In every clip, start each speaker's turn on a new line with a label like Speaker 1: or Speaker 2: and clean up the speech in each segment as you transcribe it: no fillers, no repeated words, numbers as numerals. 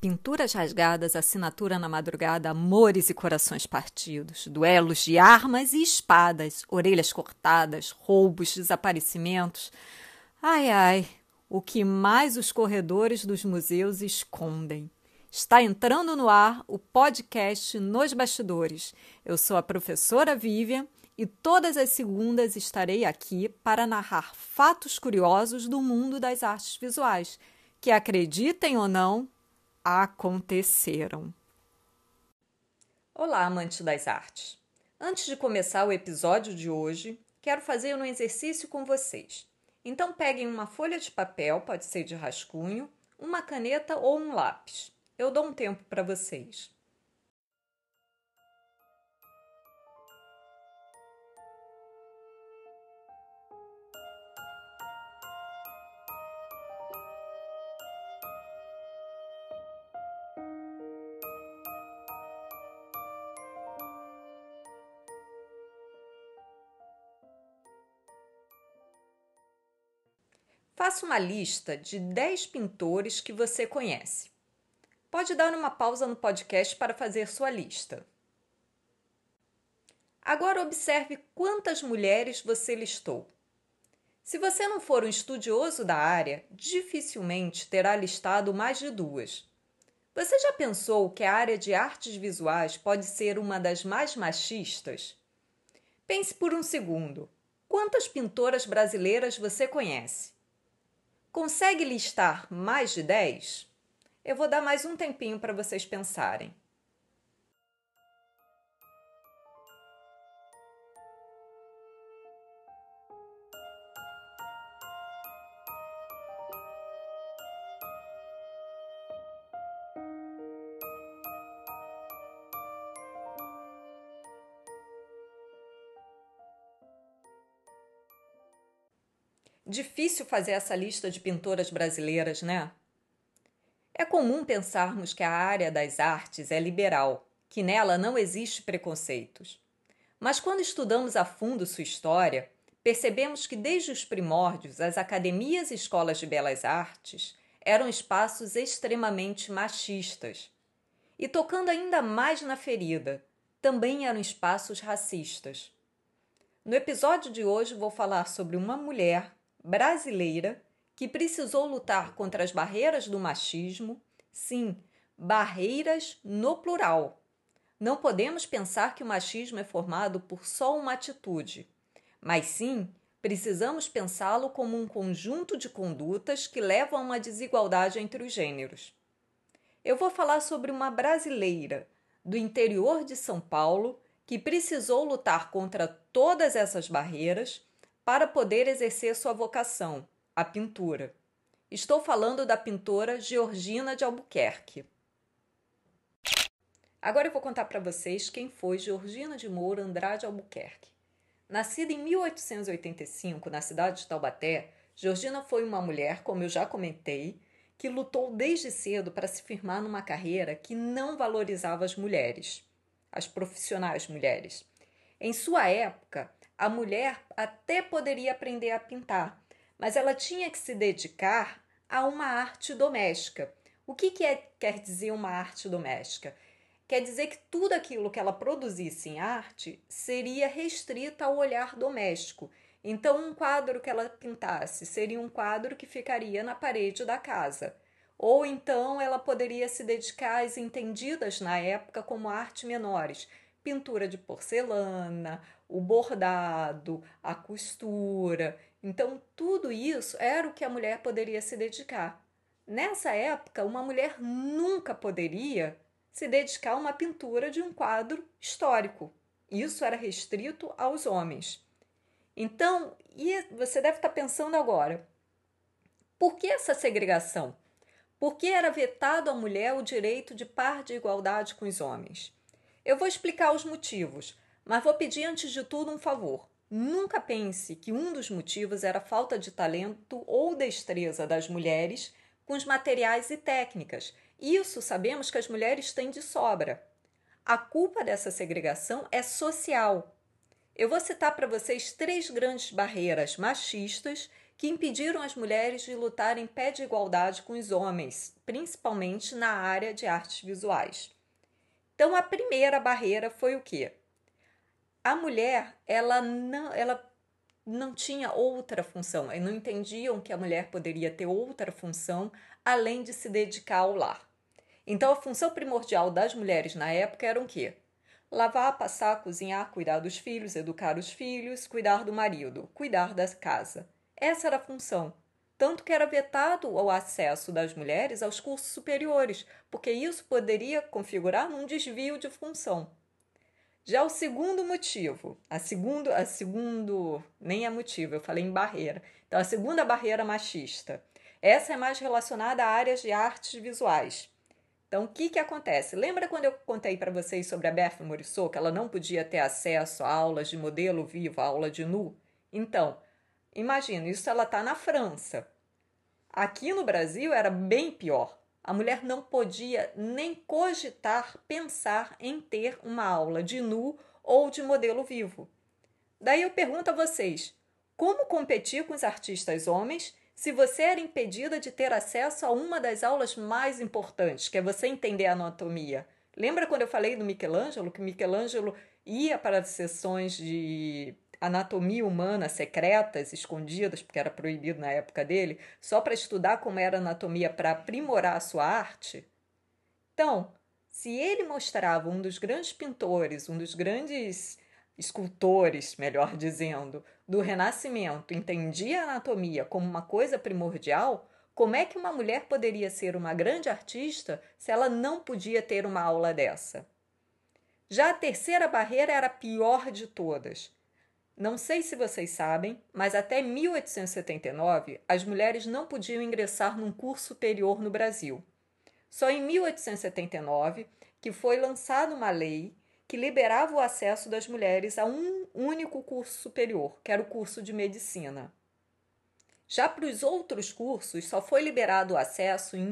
Speaker 1: Pinturas rasgadas, assinatura na madrugada, amores e corações partidos, duelos de armas e espadas, orelhas cortadas, roubos, desaparecimentos. Ai, ai, o que mais os corredores dos museus escondem. Está entrando no ar o podcast Nos Bastidores. Eu sou a professora Vivian e todas as segundas estarei aqui para narrar fatos curiosos do mundo das artes visuais, que, acreditem ou não, aconteceram. Olá, amantes das artes! Antes de começar o episódio de hoje, quero fazer um exercício com vocês. Então peguem uma folha de papel, pode ser de rascunho, uma caneta ou um lápis. Eu dou um tempo para vocês. Faça uma lista de 10 pintores que você conhece. Pode dar uma pausa no podcast para fazer sua lista. Agora observe quantas mulheres você listou. Se você não for um estudioso da área, dificilmente terá listado mais de 2. Você já pensou que a área de artes visuais pode ser uma das mais machistas? Pense por um segundo. Quantas pintoras brasileiras você conhece? Consegue listar mais de 10? Eu vou dar mais um tempinho para vocês pensarem. Difícil fazer essa lista de pintoras brasileiras, né? É comum pensarmos que a área das artes é liberal, que nela não existe preconceitos. Mas quando estudamos a fundo sua história, percebemos que desde os primórdios as academias e escolas de belas artes eram espaços extremamente machistas. E tocando ainda mais na ferida, também eram espaços racistas. No episódio de hoje vou falar sobre uma mulher brasileira que precisou lutar contra as barreiras do machismo, sim, barreiras no plural. Não podemos pensar que o machismo é formado por só uma atitude, mas sim, precisamos pensá-lo como um conjunto de condutas que levam a uma desigualdade entre os gêneros. Eu vou falar sobre uma brasileira do interior de São Paulo que precisou lutar contra todas essas barreiras para poder exercer sua vocação, a pintura. Estou falando da pintora Georgina de Albuquerque. Agora eu vou contar para vocês quem foi Georgina de Moura Andrade Albuquerque. Nascida em 1885 na cidade de Taubaté, Georgina foi uma mulher, como eu já comentei, que lutou desde cedo para se firmar numa carreira que não valorizava as mulheres, as profissionais mulheres. Em sua época, a mulher até poderia aprender a pintar, mas ela tinha que se dedicar a uma arte doméstica. O que quer dizer uma arte doméstica? Quer dizer que tudo aquilo que ela produzisse em arte seria restrita ao olhar doméstico. Então, um quadro que ela pintasse seria um quadro que ficaria na parede da casa. Ou então ela poderia se dedicar às entendidas na época como arte menores, pintura de porcelana, o bordado, a costura. Então, tudo isso era o que a mulher poderia se dedicar. Nessa época, uma mulher nunca poderia se dedicar a uma pintura de um quadro histórico. Isso era restrito aos homens. Então, e você deve estar pensando agora, por que essa segregação? Por que era vetado à mulher o direito de par de igualdade com os homens? Eu vou explicar os motivos, mas vou pedir antes de tudo um favor. Nunca pense que um dos motivos era a falta de talento ou destreza das mulheres com os materiais e técnicas. Isso sabemos que as mulheres têm de sobra. A culpa dessa segregação é social. Eu vou citar para vocês 3 grandes barreiras machistas que impediram as mulheres de lutar em pé de igualdade com os homens, principalmente na área de artes visuais. Então, a primeira barreira foi o quê? A mulher, ela não tinha outra função, e não entendiam que a mulher poderia ter outra função além de se dedicar ao lar. Então, a função primordial das mulheres na época era o quê? Lavar, passar, cozinhar, cuidar dos filhos, educar os filhos, cuidar do marido, cuidar da casa. Essa era a função. Tanto que era vetado o acesso das mulheres aos cursos superiores, porque isso poderia configurar um desvio de função. Já o segundo motivo, nem é motivo, eu falei em barreira. Então, a segunda barreira machista. Essa é mais relacionada a áreas de artes visuais. Então, o que acontece? Lembra quando eu contei para vocês sobre a Berthe Morisot, que ela não podia ter acesso a aulas de modelo vivo, a aula de nu? Então, imagina, isso ela está na França. Aqui no Brasil era bem pior. A mulher não podia nem cogitar, pensar em ter uma aula de nu ou de modelo vivo. Daí eu pergunto a vocês, como competir com os artistas homens se você era impedida de ter acesso a uma das aulas mais importantes, que é você entender a anatomia? Lembra quando eu falei do Michelangelo, que Michelangelo ia para as sessões de anatomia humana secretas, escondidas, porque era proibido na época dele, só para estudar como era a anatomia para aprimorar a sua arte? Então, se ele mostrava um dos grandes pintores, um dos grandes escultores, melhor dizendo, do Renascimento, entendia a anatomia como uma coisa primordial, como é que uma mulher poderia ser uma grande artista se ela não podia ter uma aula dessa? Já a terceira barreira era a pior de todas. Não sei se vocês sabem, mas até 1879 as mulheres não podiam ingressar num curso superior no Brasil. Só em 1879 que foi lançada uma lei que liberava o acesso das mulheres a um único curso superior, que era o curso de medicina. Já para os outros cursos, só foi liberado o acesso em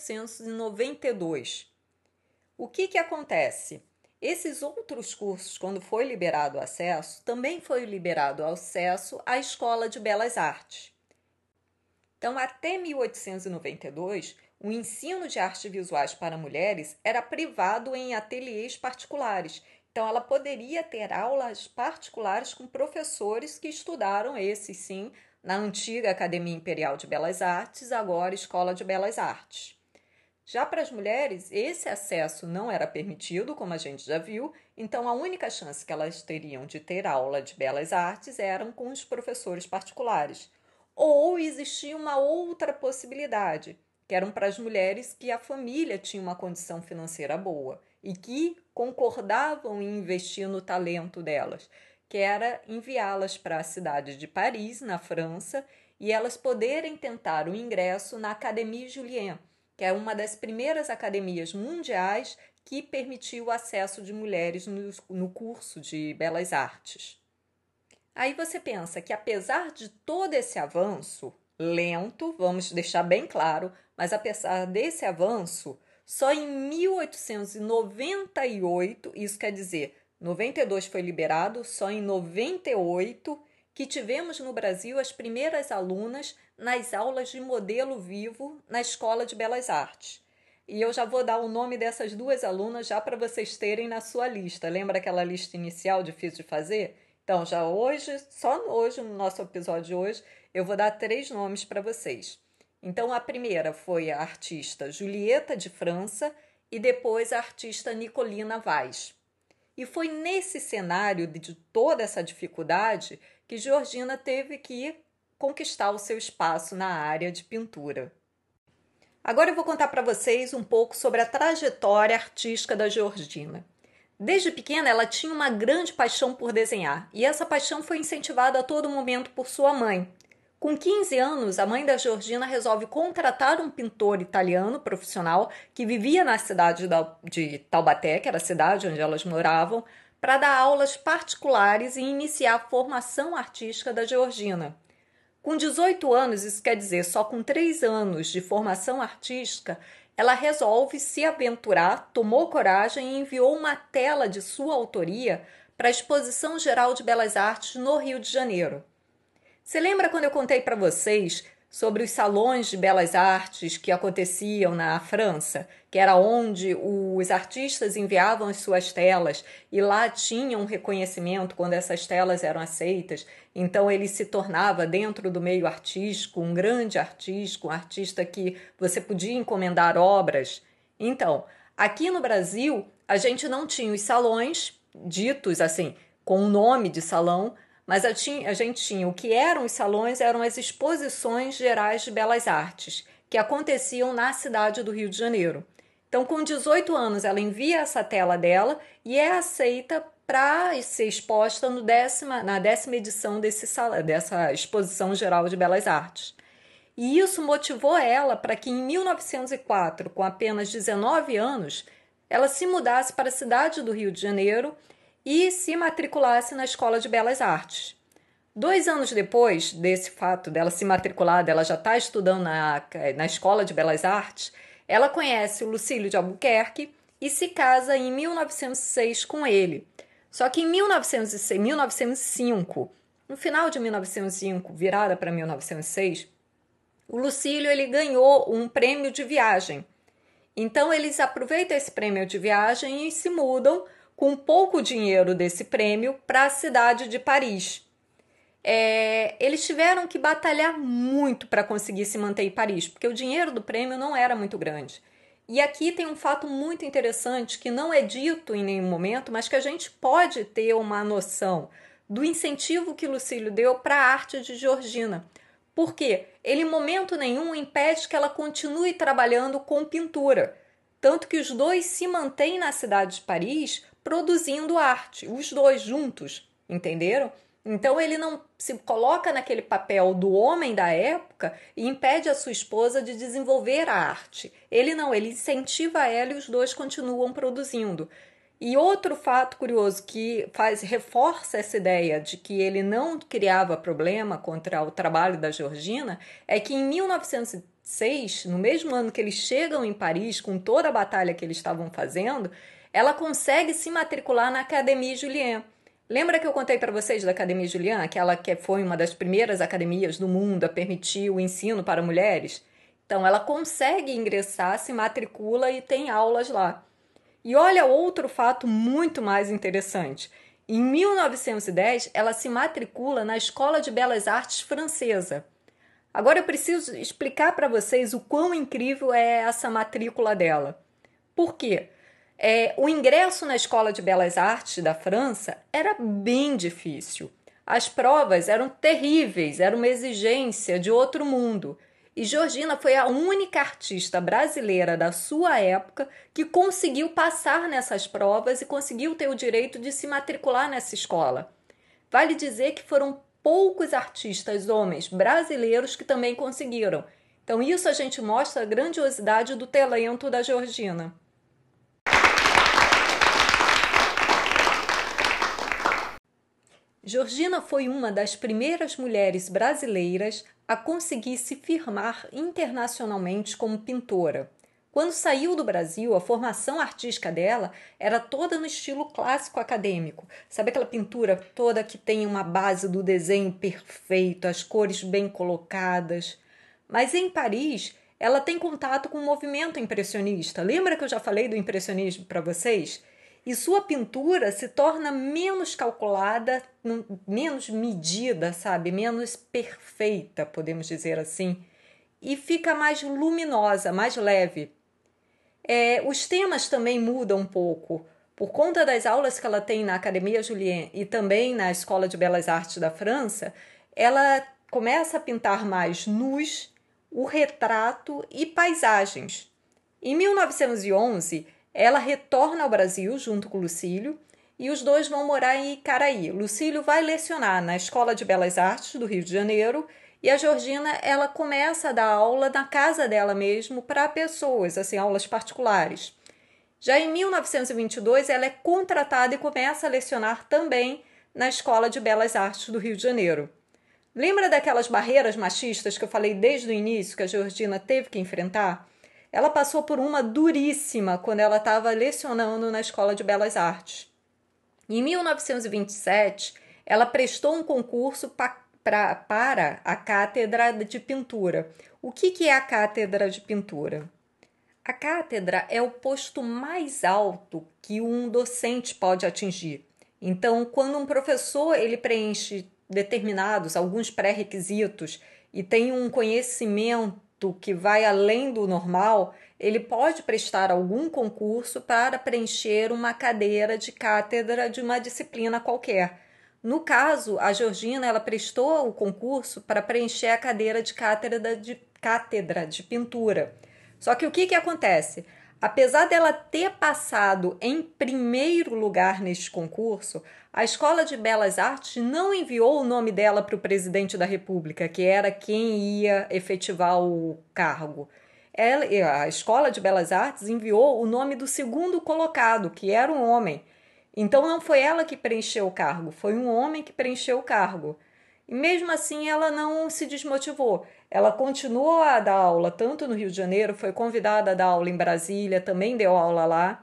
Speaker 1: 1892. O que acontece? Esses outros cursos, quando foi liberado o acesso, também foi liberado o acesso à Escola de Belas Artes. Então, até 1892, o ensino de artes visuais para mulheres era privado em ateliês particulares. Então, ela poderia ter aulas particulares com professores que estudaram, esses sim, na antiga Academia Imperial de Belas Artes, agora Escola de Belas Artes. Já para as mulheres, esse acesso não era permitido, como a gente já viu, então a única chance que elas teriam de ter aula de belas artes eram com os professores particulares. Ou existia uma outra possibilidade, que eram para as mulheres que a família tinha uma condição financeira boa e que concordavam em investir no talento delas, que era enviá-las para a cidade de Paris, na França, e elas poderem tentar o ingresso na Académie Julian, que é uma das primeiras academias mundiais que permitiu o acesso de mulheres no curso de Belas Artes. Aí você pensa que apesar de todo esse avanço, lento, vamos deixar bem claro, mas apesar desse avanço, só em 1898, isso quer dizer, 92 foi liberado, só em 98 que tivemos no Brasil as primeiras alunas nas aulas de modelo vivo na Escola de Belas Artes. E eu já vou dar o nome dessas duas alunas já para vocês terem na sua lista. Lembra aquela lista inicial difícil de fazer? Então, já hoje, só hoje, no nosso episódio de hoje, eu vou dar 3 nomes para vocês. Então, a primeira foi a artista Julieta de França e depois a artista Nicolina Vaz. E foi nesse cenário de toda essa dificuldade que Georgina teve que conquistar o seu espaço na área de pintura. Agora eu vou contar para vocês um pouco sobre a trajetória artística da Georgina. Desde pequena ela tinha uma grande paixão por desenhar e essa paixão foi incentivada a todo momento por sua mãe. Com 15 anos, a mãe da Georgina resolve contratar um pintor italiano profissional que vivia na cidade de Taubaté, que era a cidade onde elas moravam, para dar aulas particulares e iniciar a formação artística da Georgina. Com 18 anos, isso quer dizer, só com 3 anos de formação artística, ela resolve se aventurar, tomou coragem e enviou uma tela de sua autoria para a Exposição Geral de Belas Artes no Rio de Janeiro. Você lembra quando eu contei para vocês sobre os salões de belas artes que aconteciam na França, que era onde os artistas enviavam as suas telas e lá tinham um reconhecimento quando essas telas eram aceitas? Então ele se tornava, dentro do meio artístico, um grande artista, um artista que você podia encomendar obras. Então, aqui no Brasil, a gente não tinha os salões ditos assim, com o nome de salão, mas a gente tinha o que eram os salões, eram as exposições gerais de belas artes, que aconteciam na cidade do Rio de Janeiro. Então, com 18 anos, ela envia essa tela dela e é aceita para ser exposta na 10ª edição dessa exposição geral de belas artes. E isso motivou ela para que em 1904, com apenas 19 anos, ela se mudasse para a cidade do Rio de Janeiro e se matriculasse na Escola de Belas Artes. 2 anos depois desse fato dela se matricular, dela já estar estudando na Escola de Belas Artes, ela conhece o Lucílio de Albuquerque e se casa em 1906 com ele. Só que em 1905, no final de 1905, virada para 1906, o Lucílio ele ganhou um prêmio de viagem. Então eles aproveitam esse prêmio de viagem e se mudam com pouco dinheiro desse prêmio para a cidade de Paris. Eles tiveram que batalhar muito para conseguir se manter em Paris, porque o dinheiro do prêmio não era muito grande. E aqui tem um fato muito interessante que não é dito em nenhum momento, mas que a gente pode ter uma noção do incentivo que Lucílio deu para a arte de Georgina. Por quê? Ele, em momento nenhum, impede que ela continue trabalhando com pintura. Tanto que os dois se mantêm na cidade de Paris produzindo arte, os dois juntos, entenderam? Então ele não se coloca naquele papel do homem da época e impede a sua esposa de desenvolver a arte. Ele não, ele incentiva ela e os dois continuam produzindo. E outro fato curioso que reforça essa ideia de que ele não criava problema contra o trabalho da Georgina é que em 1906, no mesmo ano que eles chegam em Paris, com toda a batalha que eles estavam fazendo, ela consegue se matricular na Académie Julian. Lembra que eu contei para vocês da Académie Julian, aquela que foi uma das primeiras academias do mundo a permitir o ensino para mulheres? Então ela consegue ingressar, se matricula e tem aulas lá. E olha outro fato muito mais interessante. Em 1910, ela se matricula na Escola de Belas Artes Francesa. Agora eu preciso explicar para vocês o quão incrível é essa matrícula dela. Por quê? O ingresso na Escola de Belas Artes da França era bem difícil. As provas eram terríveis, era uma exigência de outro mundo. E Georgina foi a única artista brasileira da sua época que conseguiu passar nessas provas e conseguiu ter o direito de se matricular nessa escola. Vale dizer que foram poucos artistas homens brasileiros que também conseguiram. Então isso a gente mostra a grandiosidade do talento da Georgina. Georgina foi uma das primeiras mulheres brasileiras a conseguir se firmar internacionalmente como pintora. Quando saiu do Brasil, a formação artística dela era toda no estilo clássico acadêmico. Sabe aquela pintura toda que tem uma base do desenho perfeito, as cores bem colocadas? Mas em Paris, ela tem contato com o movimento impressionista. Lembra que eu já falei do impressionismo para vocês? E sua pintura se torna menos calculada, menos medida, sabe? Menos perfeita, podemos dizer assim. E fica mais luminosa, mais leve. Os temas também mudam um pouco. Por conta das aulas que ela tem na Académie Julian e também na Escola de Belas Artes da França, ela começa a pintar mais nus, o retrato e paisagens. Em 1911, ela retorna ao Brasil junto com o Lucílio e os dois vão morar em Icaraí. Lucílio vai lecionar na Escola de Belas Artes do Rio de Janeiro e a Georgina ela começa a dar aula na casa dela mesmo para pessoas, assim, aulas particulares. Já em 1922, ela é contratada e começa a lecionar também na Escola de Belas Artes do Rio de Janeiro. Lembra daquelas barreiras machistas que eu falei desde o início que a Georgina teve que enfrentar? Ela passou por uma duríssima quando ela estava lecionando na Escola de Belas Artes. Em 1927, ela prestou um concurso para a cátedra de pintura. O que é a cátedra de pintura? A cátedra é o posto mais alto que um docente pode atingir. Então, quando um professor ele preenche alguns pré-requisitos e tem um conhecimento que vai além do normal, ele pode prestar algum concurso para preencher uma cadeira de cátedra de uma disciplina qualquer. No caso, a Georgina ela prestou o concurso para preencher a cadeira de cátedra de pintura. Só que o que acontece? Apesar dela ter passado em primeiro lugar neste concurso, a Escola de Belas Artes não enviou o nome dela para o presidente da República, que era quem ia efetivar o cargo. A Escola de Belas Artes enviou o nome do segundo colocado, que era um homem. Então não foi ela que preencheu o cargo, foi um homem que preencheu o cargo. E mesmo assim ela não se desmotivou. Ela continuou a dar aula tanto no Rio de Janeiro, foi convidada a dar aula em Brasília, também deu aula lá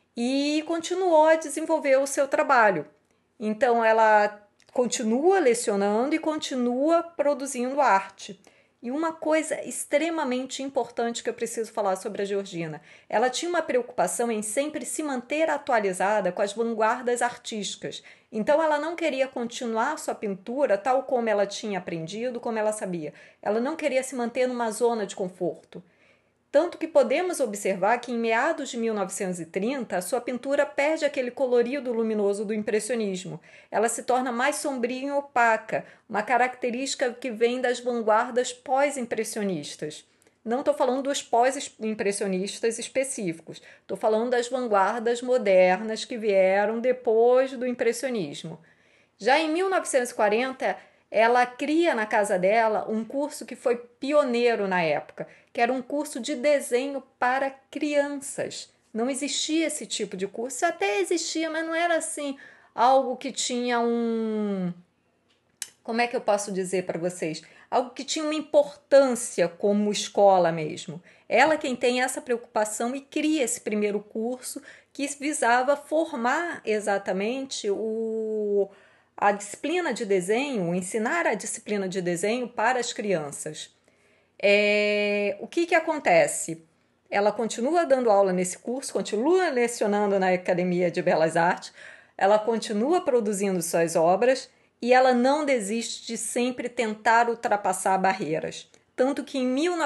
Speaker 1: e continuou a desenvolver o seu trabalho. Então ela continua lecionando e continua produzindo arte. E uma coisa extremamente importante que eu preciso falar sobre a Georgina, ela tinha uma preocupação em sempre se manter atualizada com as vanguardas artísticas. Então ela não queria continuar sua pintura tal como ela tinha aprendido, como ela sabia. Ela não queria se manter numa zona de conforto. Tanto que podemos observar que em meados de 1930, a sua pintura perde aquele colorido luminoso do impressionismo. Ela se torna mais sombria e opaca, uma característica que vem das vanguardas pós-impressionistas. Não estou falando dos pós-impressionistas específicos, estou falando das vanguardas modernas que vieram depois do impressionismo. Já em 1940, ela cria na casa dela um curso que foi pioneiro na época, que era um curso de desenho para crianças. Não existia esse tipo de curso, até existia, mas não era assim algo que tinha como é que eu posso dizer para vocês? Algo que tinha uma importância como escola mesmo. Ela quem tem essa preocupação e cria esse primeiro curso que visava formar exatamente a disciplina de desenho, ensinar a disciplina de desenho para as crianças. O que acontece? Ela continua dando aula nesse curso, continua lecionando na Academia de Belas Artes, ela continua produzindo suas obras e ela não desiste de sempre tentar ultrapassar barreiras. Tanto que em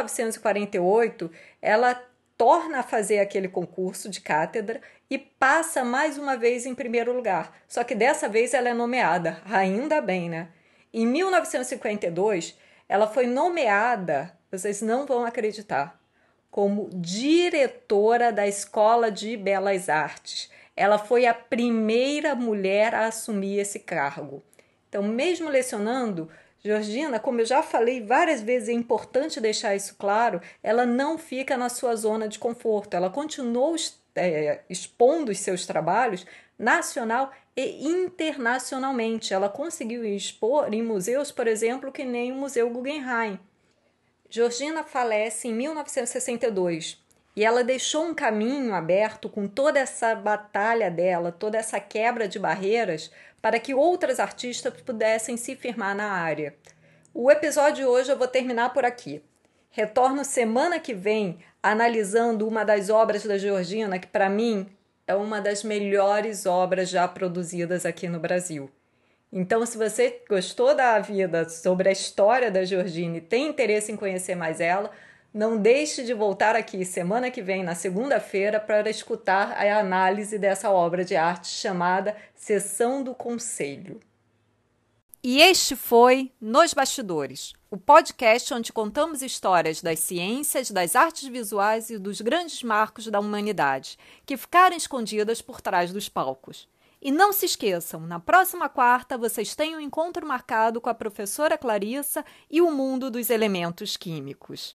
Speaker 1: 1948 ela torna a fazer aquele concurso de cátedra e passa mais uma vez em primeiro lugar. Só que dessa vez ela é nomeada, ainda bem, né? Em 1952, ela foi nomeada, vocês não vão acreditar, como diretora da Escola de Belas Artes. Ela foi a primeira mulher a assumir esse cargo. Então, mesmo lecionando, Georgina, como eu já falei várias vezes, é importante deixar isso claro, ela não fica na sua zona de conforto, ela continuou expondo os seus trabalhos nacional e internacionalmente. Ela conseguiu expor em museus, por exemplo, que nem o Museu Guggenheim. Georgina falece em 1962 e ela deixou um caminho aberto com toda essa batalha dela, toda essa quebra de barreiras para que outras artistas pudessem se firmar na área. O episódio de hoje eu vou terminar por aqui. Retorno semana que vem analisando uma das obras da Georgina, que para mim é uma das melhores obras já produzidas aqui no Brasil. Então, se você gostou da vida sobre a história da Georgina e tem interesse em conhecer mais ela, não deixe de voltar aqui semana que vem, na segunda-feira, para escutar a análise dessa obra de arte chamada Sessão do Conselho. E este foi Nos Bastidores, o podcast onde contamos histórias das ciências, das artes visuais e dos grandes marcos da humanidade, que ficaram escondidas por trás dos palcos. E não se esqueçam, na próxima quarta vocês têm um encontro marcado com a professora Clarissa e o mundo dos elementos químicos.